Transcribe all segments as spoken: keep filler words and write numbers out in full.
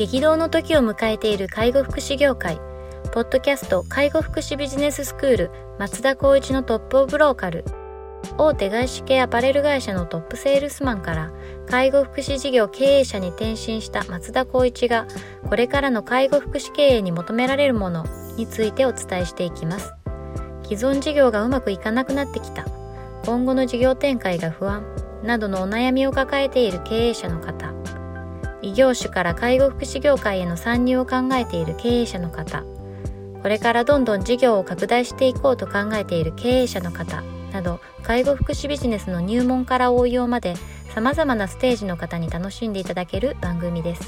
激動の時を迎えている介護福祉業界。ポッドキャスト介護福祉ビジネススクール松田光一のトップオブローカル。大手外資系アパレル会社のトップセールスマンから介護福祉事業経営者に転身した松田光一が、これからの介護福祉経営に求められるものについてお伝えしていきます。既存事業がうまくいかなくなってきた、今後の事業展開が不安などのお悩みを抱えている経営者の方、異業種から介護福祉業界への参入を考えている経営者の方、これからどんどん事業を拡大していこうと考えている経営者の方など、介護福祉ビジネスの入門から応用まで様々なステージの方に楽しんでいただける番組です。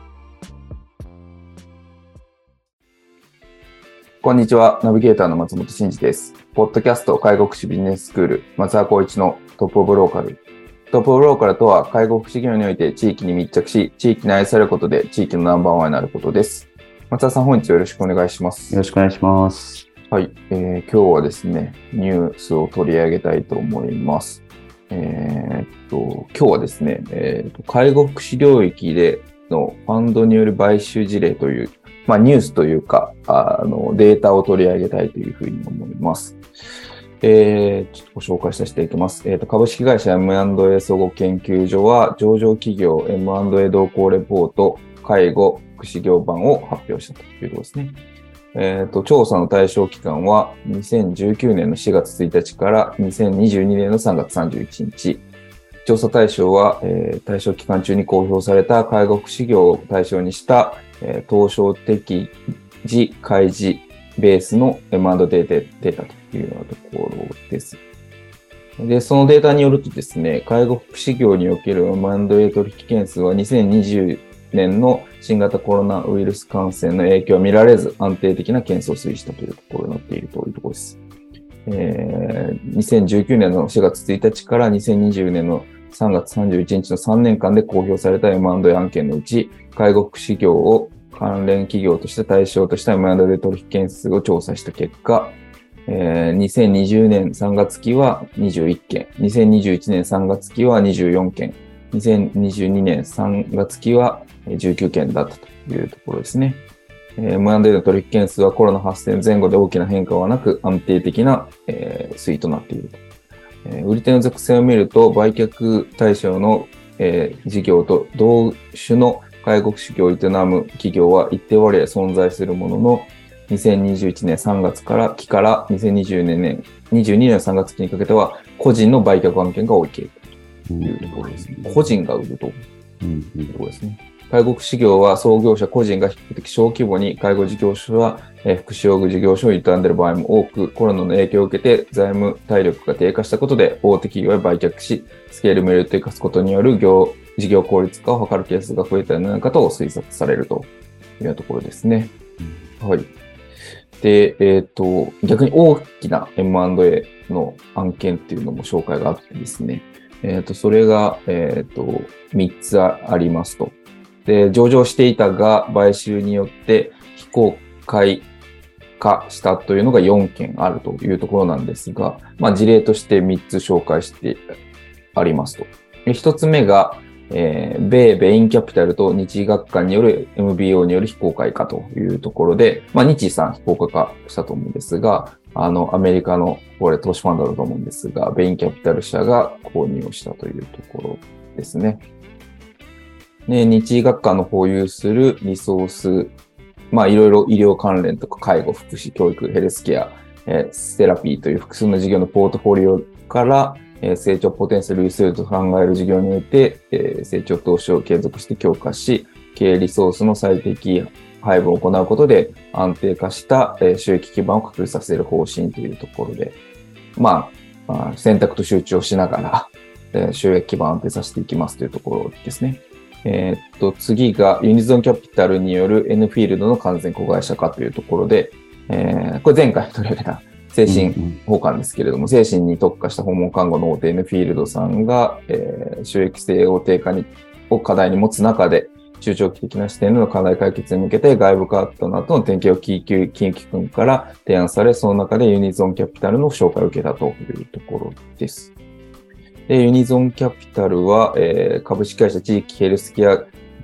こんにちは、ナビゲーターの松本真嗣です。ポッドキャスト介護福祉ビジネススクール松田光一のトップオブローカル。トップオブローカルとは、介護福祉業において地域に密着し、地域に愛されることで地域のナンバーワンになることです。松田さん、本日よろしくお願いします。 よろしくお願いします。 はい、えー、今日はですね、ニュースを取り上げたいと思います。えー、っと、今日はですね、えー、っと介護福祉領域でのファンドによる買収事例という、まあニュースというか、あのデータを取り上げたいというふうに思います。えー、ちょっとご紹介させていただきます。えー、っと株式会社 エムアンドエー 総合研究所は、上場企業 エムアンドエー 動向レポート介護福祉業版を発表したというところですね。えー、と調査の対象期間はにせんじゅうきゅうねんのしがつついたちからにせんにじゅうにねんのさんがつさんじゅういちにち。調査対象は、えー、対象期間中に公表された介護福祉業を対象にした、えー、東証適時開示ベースの エムアンドエー データというようなところです。で、そのデータによるとですね、介護福祉業における エムアンドエー 取引件数はにせんにじゅうねんの新型コロナウイルス感染の影響は見られず、安定的な件数を推移したというところになっているというところです。えー、にせんじゅうきゅうねんのしがつついたちからにせんにじゅうねんのさんがつさんじゅういちにちのさんねんかんで公表された エムアンドエー 案件のうち、介護福祉業を関連企業として対象とした エムアンドエー 取引件数を調査した結果、えー、にせんにじゅうねんさんがつきはにじゅういっけん、にせんにじゅういちねんさんがつきはにじゅうよんけん、にせんにじゅうにねんさんがつきはじゅうきゅうけんだったというところですね。エムアンドエー の取引件数はコロナ発生前後で大きな変化はなく安定的な、えー、推移となっていると。えー、売り手の属性を見ると売却対象の、えー、事業と同種の介護福祉業を営む企業は一定割合存在するものの、にせんにじゅういちねんさんがつから期からにせんにじゅうねん、にじゅうにねんさんがつきにかけては個人の売却案件が多い傾向というところですね。個人が売るというところですね。介護福祉業は創業者個人が比較的小規模に介護事業所は福祉用具事業所を営んでいる場合も多く、コロナの影響を受けて財務体力が低下したことで大手企業へ売却し、スケールメリットを生かすことによる業事業効率化を図るケースが増えたのではないかと推察されるというところですね。はい。で、えっと、逆に大きな エムアンドエー の案件っていうのも紹介があってですね。えっと、それが、えっと、みっつありますと。で、上場していたが、買収によって非公開化したというのがよんけんあるというところなんですが、まあ、事例としてみっつ紹介してありますと。ひとつめが、えー、米ベインキャピタルと日医学館による エムビーオー による非公開化というところで、まあ、日医さん非公開化したと思うんですが、あの、アメリカの、これ投資ファンドだと思うんですが、ベインキャピタル社が購入をしたというところですね。ね、日医学館の保有するリソース、まあいろいろ医療関連とか介護、福祉、教育、ヘルスケア、えー、セラピーという複数の事業のポートフォリオから、えー、成長ポテンシャルを有すると考える事業において、えー、成長投資を継続して強化し、経営リソースの最適配分を行うことで安定化した、えー、収益基盤を確立させる方針というところで、まあ、まあ、選択と集中をしながら、えー、収益基盤を安定させていきますというところですね。えー、っと、次がユニゾンキャピタルによる N フィールドの完全子会社化というところで、えー、これ前回取り上げた精神保管ですけれども、うんうん、精神に特化した訪問看護の大手 N フィールドさんが、えー、収益性を低下にを課題に持つ中で、中長期的な視点での課題解決に向けて外部パートナーとの提携を緊急、緊急君から提案され、その中でユニゾンキャピタルの紹介を受けたというところです。で、ユニゾンキャピタルは、えー、株式会社地域ヘルスケア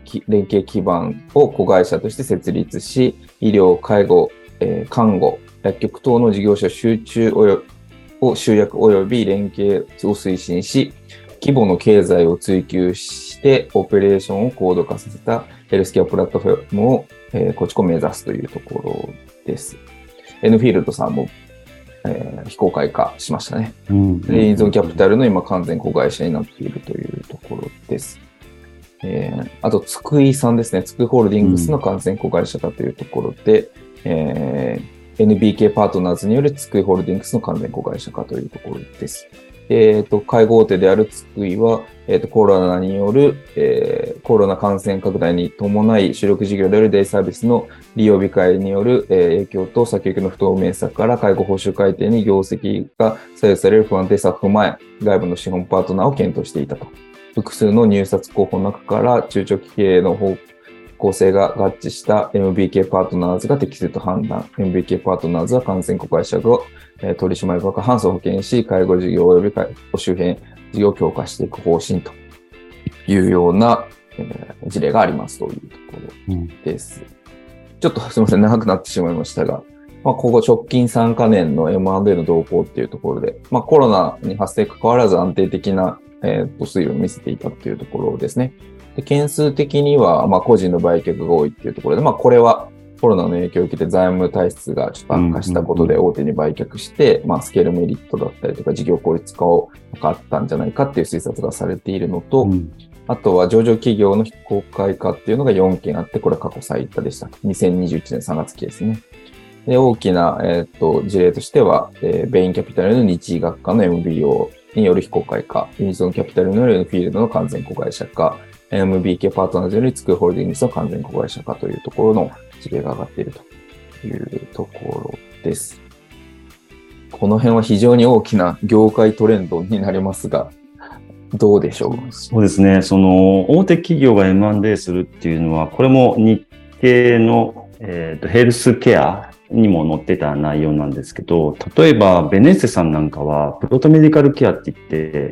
連携基盤を子会社として設立し、医療、介護、えー、看護、薬局等の事業者集中およを集約及び連携を推進し、規模の経済を追求してオペレーションを高度化させたヘルスケアプラットフォームを、えー、構築を目指すというところです。エヌフィールドさんも、えー、非公開化しましたね。うん、で、インゾンキャピタルの今完全子会社になっているというところです。えー、あと、つくいさんですね。つくいホールディングスの完全子会社化というところで、うんえー、エヌビーケー パートナーズによるつくいホールディングスの完全子会社化というところです。えっと、介護大手であるつくいは、えっと、コロナによる、えー、コロナ感染拡大に伴い、主力事業であるデイサービスの利用控えによる、えー、影響と先行きの不透明さから介護報酬改定に業績が左右される不安定さを踏まえ、外部の資本パートナーを検討していたと。複数の入札候補の中から中長期経営の方構成が合致した エムビーケー パートナーズが適正と判断。エムビーケー パートナーズは完全子会社を取締役半数を保険し、介護事業及び介護周辺事業を強化していく方針というような、えー、事例がありますというところです。うん、ちょっとすみません、長くなってしまいましたが、まあ、ここ直近さんかねんの エムアンドエー の動向っていうところで、まあ、コロナに発生かかわらず安定的な、えー、推移を見せていたっていうところですね。で件数的には、まあ、個人の売却が多いっていうところで、まあ、これはコロナの影響を受けて財務体質がちょっと悪化したことで大手に売却して、うんうんうん、まあ、スケールメリットだったりとか事業効率化を図ったんじゃないかっていう推察がされているのと、うん、あとは上場企業の非公開化っていうのがよんけんあって、これは過去最多でした。にせんにじゅういちねんさんがつ期ですね。で、大きな、えー、っと事例としては、えー、ベインキャピタルの日医学科の エムビーオー による非公開化、ユニゾンキャピタルによるエヌフィールドの完全子会社化、エムビーケー パートナーズよりつくいホールディングスの完全子会社化というところの事例が上がっているというところです。この辺は非常に大きな業界トレンドになりますが、どうでしょう？ そうですね。その大手企業が エムアンドエー するっていうのは、これも日経の、えーと、ヘルスケアにも載ってた内容なんですけど、例えばベネッセさんなんかはプロトメディカルケアって言って、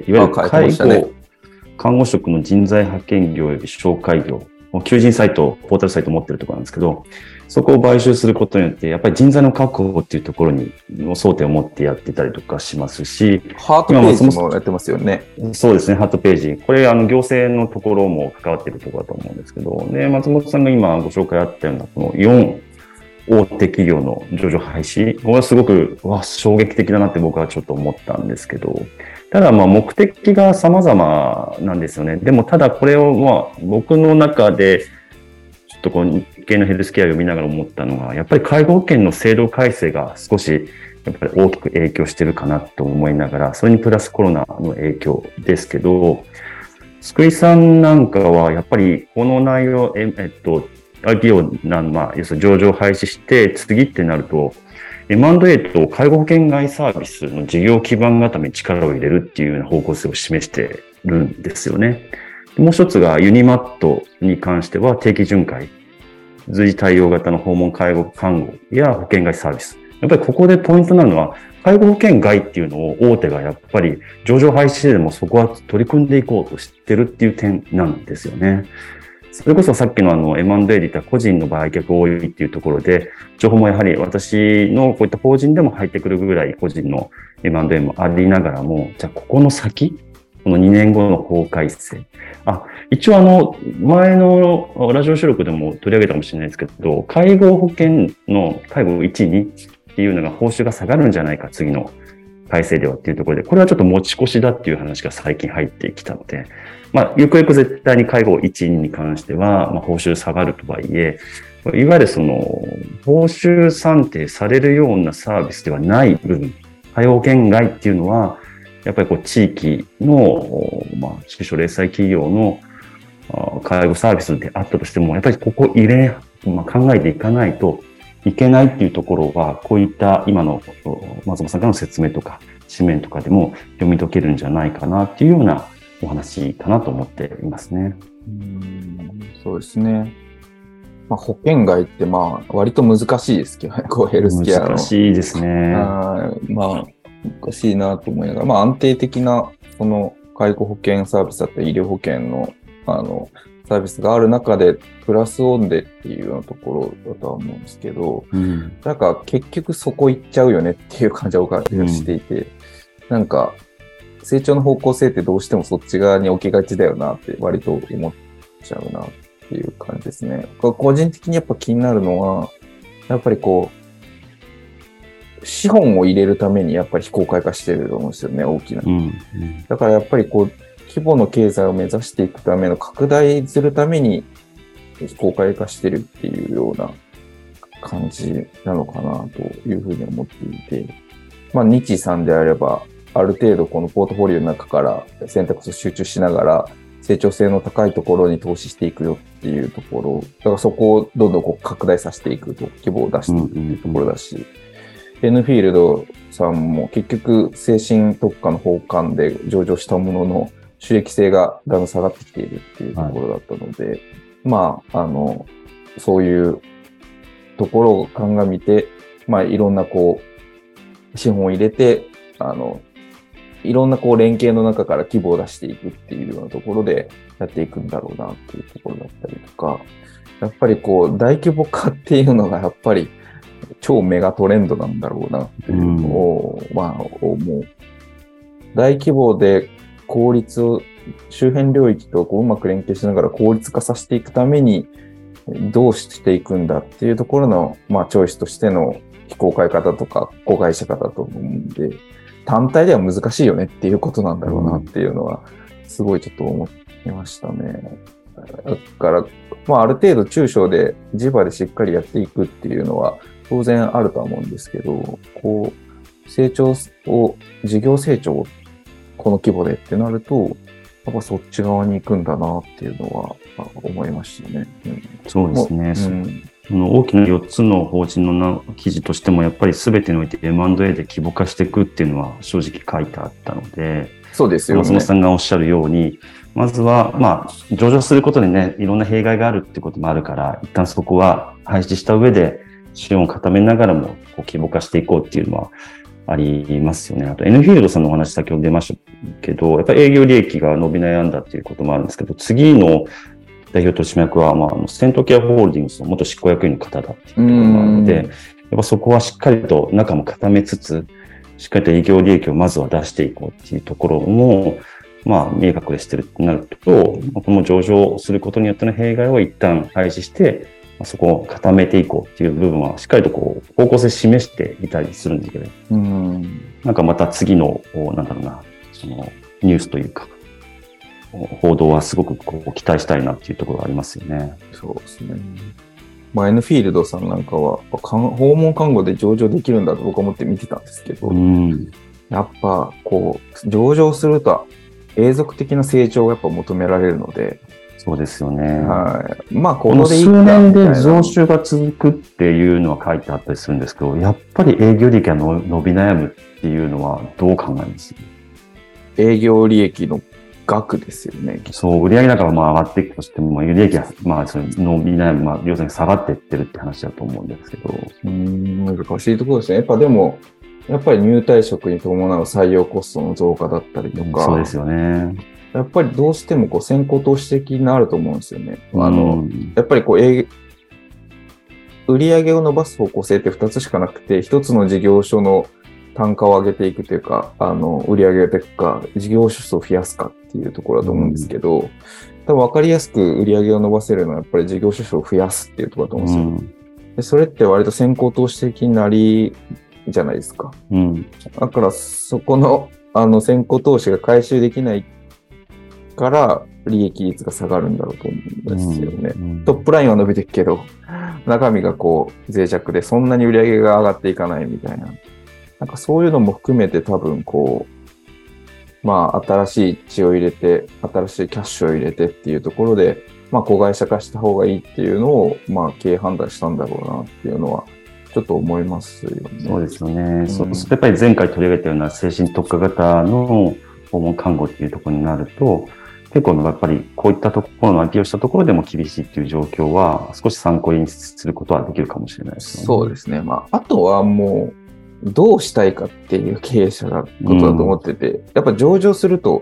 いわゆる介護、看護職の人材派遣業及び紹介業、求人サイト、ポータルサイトを持ってるところなんですけど、そこを買収することによって、やっぱり人材の確保っていうところに争点を持ってやってたりとかしますし、 ハートページもやってますよね。 そうですね、ハートページ。これ、あの、行政のところも関わっているところだと思うんですけど、で、松本さんが今ご紹介あったような、このよん大手企業の上場廃止、これはすごく、わ、衝撃的だなって僕はちょっと思ったんですけど、ただまあ目的が様々なんですよね。でもただこれをまあ僕の中でちょっとこう日経のヘルスケアを見ながら思ったのが、やっぱり介護保険の制度改正が少しやっぱり大きく影響してるかなと思いながら、それにプラスコロナの影響ですけど、つくいさんなんかはやっぱりこの内容、ええっと、アイピーオー なん、まあ、要するに上場廃止して次ってなると、エムアンドエー と介護保険外サービスの事業基盤固めに力を入れるっていうような方向性を示してるんですよね。もう一つがユニマットに関しては定期巡回、随時対応型の訪問介護看護や保険外サービス。やっぱりここでポイントなのは、介護保険外っていうのを大手がやっぱり上場廃止でもそこは取り組んでいこうとしてるっていう点なんですよね。それこそさっきのあの エムアンドエー で言った個人の売却多いっていうところで、情報もやはり私のこういった法人でも入ってくるぐらい個人の エムアンドエー もありながらも、じゃあここの先、このにねんごの法改正。あ、一応あの、前のラジオ収録でも取り上げたかもしれないですけど、介護保険の介護いち、にっていうのが報酬が下がるんじゃないか、次の改正ではっていうところで、これはちょっと持ち越しだっていう話が最近入ってきたので、まあ、ゆくゆく絶対に介護いち、にに関しては、まあ、報酬下がるとはいえ、いわゆるその、報酬算定されるようなサービスではない部分、介護保険外っていうのは、やっぱりこう、地域の、まあ、中小零細企業の介護サービスであったとしても、やっぱりここ入れ、まあ、考えていかないといけないっていうところは、こういった今の松本さんからの説明とか、紙面とかでも読み解けるんじゃないかなっていうようなお話かなと思っていますね。 うーん、そうですね。まあ、保険外ってまあ割と難しいですけどね、こうヘルスケアの。 難しいですね。 あまあ難しいなと思いながら、まあ安定的なその介護保険サービスだったり医療保険のああの、サービスがある中で、プラスオンでっていうようなところだとは思うんですけど、うん、なんか結局そこ行っちゃうよねっていう感じをしていて、うん、なんか成長の方向性ってどうしてもそっち側に置きがちだよなって割と思っちゃうなっていう感じですね。個人的にやっぱ気になるのは、やっぱりこう、資本を入れるためにやっぱり非公開化してると思うんですよね、大きな。うんうん、だからやっぱりこう、規模の経済を目指していくための拡大するために非公開化してるっていうような感じなのかなというふうに思っていて、まあ日さんであればある程度このポートフォリオの中から選択肢を集中しながら成長性の高いところに投資していくよっていうところ、だからそこをどんどんこう拡大させていくと、規模を出していくっていうところだし、うんうんうん、エヌフィールドさんも結局精神特化の方向で上場したものの収益性がだんだん下がってきているっていうところだったので、はい、まあ、あの、そういうところを鑑みて、まあ、いろんなこう、資本を入れて、あの、いろんなこう連携の中から規模を出していくっていうようなところでやっていくんだろうなっていうところだったりとか、やっぱりこう、大規模化っていうのがやっぱり超メガトレンドなんだろうなっていうのを、うん、まあ、思う。大規模で効率を、周辺領域とこううまく連携しながら効率化させていくためにどうしていくんだっていうところの、まあ、チョイスとしての非公開方とか公開者方と思うんで、単体では難しいよねっていうことなんだろうなっていうのはすごいちょっと思いましたね。だから、まあ、ある程度中小で地場でしっかりやっていくっていうのは当然あるとは思うんですけど、こう成長を事業成長をこの規模でってなると、やっぱそっち側に行くんだなっていうのは思いましたね。うん、 そうですね。うん、大きなよっつの法人の記事としても、やっぱり全てにおいて エムアンドエー で規模化していくっていうのは正直書いてあったので、 そうですよね。 松本さんがおっしゃるように、まずは、まあ、上場することでね、いろんな弊害があるってこともあるから、一旦そこは廃止した上で、資本を固めながらもこう規模化していこうっていうのは、ありますよね。あと、エヌフィールドさんのお話先ほど出ましたけど、やっぱり営業利益が伸び悩んだっていうこともあるんですけど、次の代表取締役は、まあ、セントケアホールディングスの元執行役員の方だっていうところもあるので、やっぱそこはしっかりと中も固めつつ、しっかりと営業利益をまずは出していこうっていうところも、まあ、見え隠れしてるとなると、この上場することによっての弊害を一旦廃止して、そこを固めていこうっていう部分はしっかりとこう方向性示していたりするんですけど、うん、なんかまた次のなんだろうな、そのニュースというか報道はすごくこう期待したいなっていうところがありますよね。 そうですね。まあ、エヌフィールドさんなんかは訪問看護で上場できるんだと僕は思って見てたんですけど、うん、やっぱこう上場すると永続的な成長がやっぱ求められるので。 そうですよね。 はい。まあ、この数年で増収が続くっていうのは書いてあったりするんですけど、やっぱり営業利益が伸び悩むっていうのはどう考えます？ 営業利益の額ですよね。 そう、売上高がまあ上がっていくとしても、利益がまあその伸び悩む、まあ、要するに下がっていってるって話だと思うんですけど。 うーん、難しいところですね。やっぱでも、やっぱり入退職に伴う採用コストの増加だったりとか。 そうですよね。 やっぱりどうしてもこう先行投資的になると思うんですよね。あの、うん、やっぱりこう、営売上を伸ばす方向性ってふたつしかなくて、ひとつの事業所の単価を上げていくというか、あの、売上を上げていくか、事業所数を増やすかっていうところだと思うんですけど、うん、多分分かりやすく売上を伸ばせるのはやっぱり事業所数を増やすっていうところだと思うんですよ。うん、でそれって割と先行投資的になりじゃないですか。うん、だからそこの、あの、先行投資が回収できないから利益率が下がるんだろうと思うんですよね。うんうん、トップラインは伸びていくけど、中身がこう脆弱でそんなに売り上げが上がっていかないみたいな。なんかそういうのも含めて多分こう、まあ新しい血を入れて、新しいキャッシュを入れてっていうところで、まあ子会社化した方がいいっていうのを、まあ経営判断したんだろうなっていうのは、ちょっと思いますよね。 そうですよね。うん、そうするとやっぱり前回取り上げたような精神特化型の訪問看護っていうところになると、結構やっぱりこういったところの アイピー をしたところでも厳しいっていう状況は少し参考にすることはできるかもしれないですね。 そうですね。まあ、あとはもうどうしたいかっていう経営者のことだと思ってて、うん、やっぱ上場すると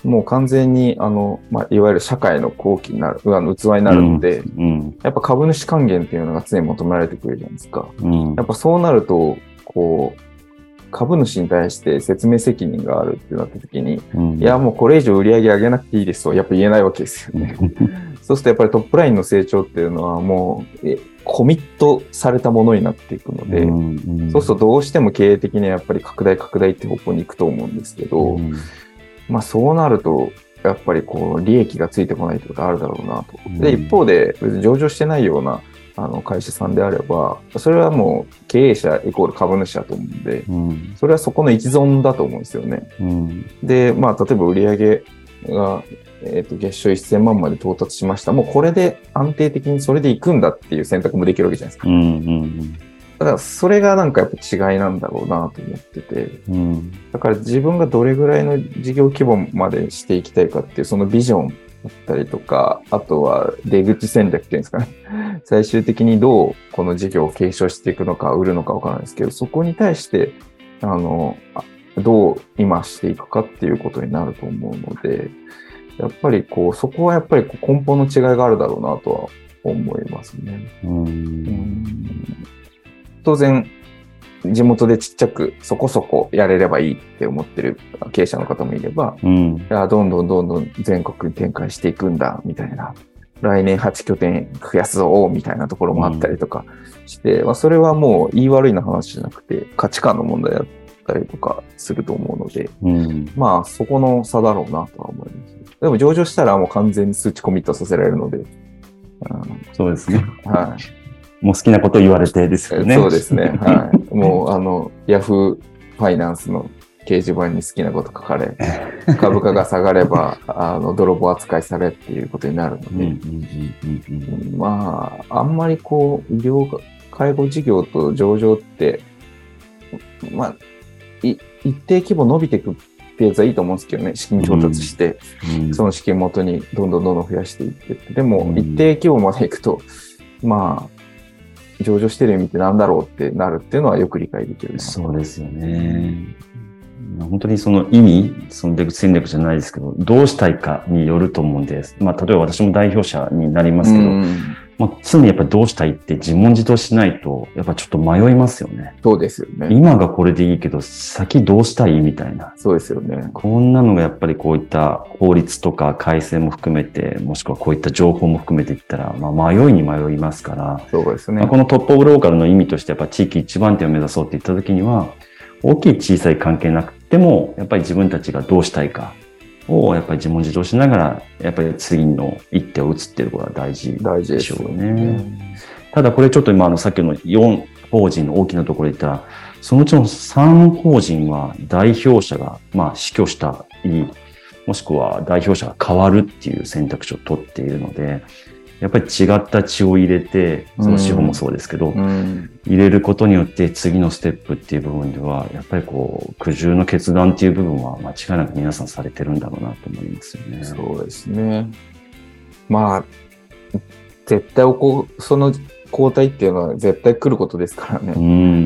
もう完全に、あの、まあ、いわゆる社会の後期になる、あの器になるので、 うんうん、 やっぱ株主還元っていうのが常に求められてくるじゃないですか。 うん、 やっぱそうなると、こう、株主に対して説明責任があるってなった時に、うん、いや、もうこれ以上売り上げ上げなくていいですと、やっぱ言えないわけですよね。そうするとやっぱりトップラインの成長っていうのはもう、えコミットされたものになっていくので、うんうん、そうするとどうしても経営的にはやっぱり拡大拡大って方向に行くと思うんですけど、うん、まあそうなると、やっぱりこう利益がついてこないってことがあるだろうなと。で、一方で別に上場してないようなあの会社さんであれば、それはもう経営者イコール株主だと思うんで、うん、それはそこの一存だと思うんですよね。うん、で、まあ例えば売上が、えーと、月賞せんまんまで到達しました。もうこれで安定的にそれで行くんだっていう選択もできるわけじゃないですか。うんうんうん、だからそれがなんかやっぱ違いなんだろうなと思ってて、うん、だから自分がどれぐらいの事業規模までしていきたいかっていうそのビジョンだったりとか、あとは出口戦略っていうんですかね。最終的にどうこの事業を継承していくのか売るのかわからないですけど、そこに対してあのどう今していくかっていうことになると思うので、やっぱりこうそこはやっぱり根本の違いがあるだろうなとは思いますね。うーん、うーん、当然地元でちっちゃくそこそこやれればいいって思ってる経営者の方もいれば、うん、いやどんどんどんどん全国に展開していくんだみたいな、来年はち拠点増やすぞみたいなところもあったりとかして、うん、まあ、それはもう言い悪いな話じゃなくて価値観の問題だったりとかすると思うので、うん、まあそこの差だろうなとは思います。でも上場したらもう完全に数値コミットさせられるので、うん、 そうですね。はい。もう好きなこと言われてですよね。 そうですね。はい。もうあのヤフーファイナンスの掲示板に好きなこと書かれ、株価が下がればあの泥棒扱いされっていうことになるので、まああんまりこう医療介護事業と上場ってまあい一定規模伸びていくってやつはいいと思うんですけどね、資金調達して、うん、その資金元にどんどんどんどん増やしていってって、でも一定規模までいくと、まあ、上場してる意味ってなんだろうってなるっていうのはよく理解できる。 そうですよね。本当にその意味、その出口戦略じゃないですけど、どうしたいかによると思うんです。まあ、例えば私も代表者になりますけど、まあ、常にやっぱりどうしたいって自問自答しないと、やっぱちょっと迷いますよね。 そうですよね。 今がこれでいいけど、先どうしたいみたいな。 そうですよね。 こんなのがやっぱりこういった法律とか改正も含めて、もしくはこういった情報も含めていったら、まあ、迷いに迷いますから、 そうですね。 まあ、このトップオブローカルの意味として、やっぱ地域一番手を目指そうって言った時には、大きい小さい関係なくても、やっぱり自分たちがどうしたいかを、やっぱり自問自答しながら、やっぱり次の一手を打つっていうことが大事でしょうね。ね、ただこれちょっと今、あの、さっきのよん法人の大きなところで言ったら、そのうちのさん法人は代表者が、まあ、死去したり、もしくは代表者が変わるっていう選択肢を取っているので、やっぱり違った血を入れて、その資本もそうですけど、うん、入れることによって次のステップっていう部分では、やっぱりこう、苦渋の決断っていう部分は間違いなく皆さんされてるんだろうなと思いますよね。 そうですね。まあ、絶対おこ、その交代っていうのは絶対来ることですからね。 うん、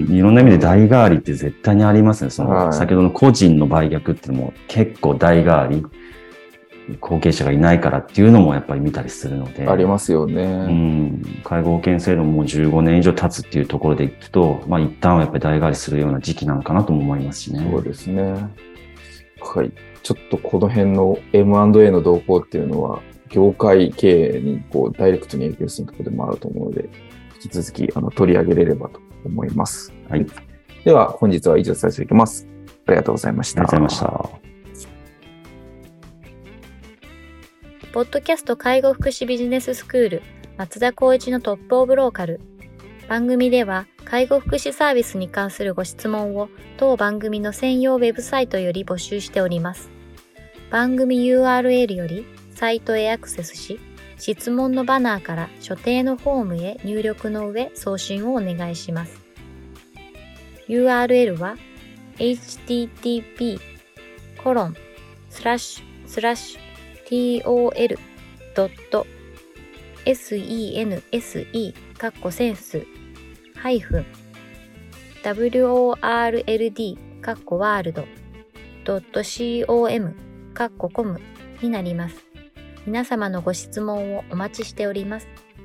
いろんな意味で代替わりって絶対にありますね。その、はい、先ほどの個人の売却っていうのも結構代替わり。後継者がいないからっていうのもやっぱり見たりするので。 ありますよね。 うん。介護保険制度ももうじゅうごねん以上経つっていうところでいくと、まあ一旦はやっぱり代替わりするような時期なのかなとも思いますしね。 そうですね。はい。ちょっとこの辺の エムアンドエー の動向っていうのは、業界経営にこうダイレクトに影響するところでもあると思うので、引き続きあの取り上げれればと思います。はい。では本日は以上させていただきます。ありがとうございました。 ありがとうございました。 ポッドキャスト介護福祉ビジネススクール松田光一のトップオブローカル。番組では介護福祉サービスに関するご質問を当番組の専用ウェブサイトより募集しております。番組 ユーアールエル よりサイトへアクセスし、質問のバナーから所定のフォームへ入力の上送信をお願いします。ユーアールエル は エイチティーティーピーコロンスラッシュスラッシュトルドットセンスカッコセンスハイフン ワールドカッコワールドドットコム （コム）になります。皆様のご質問をお待ちしております。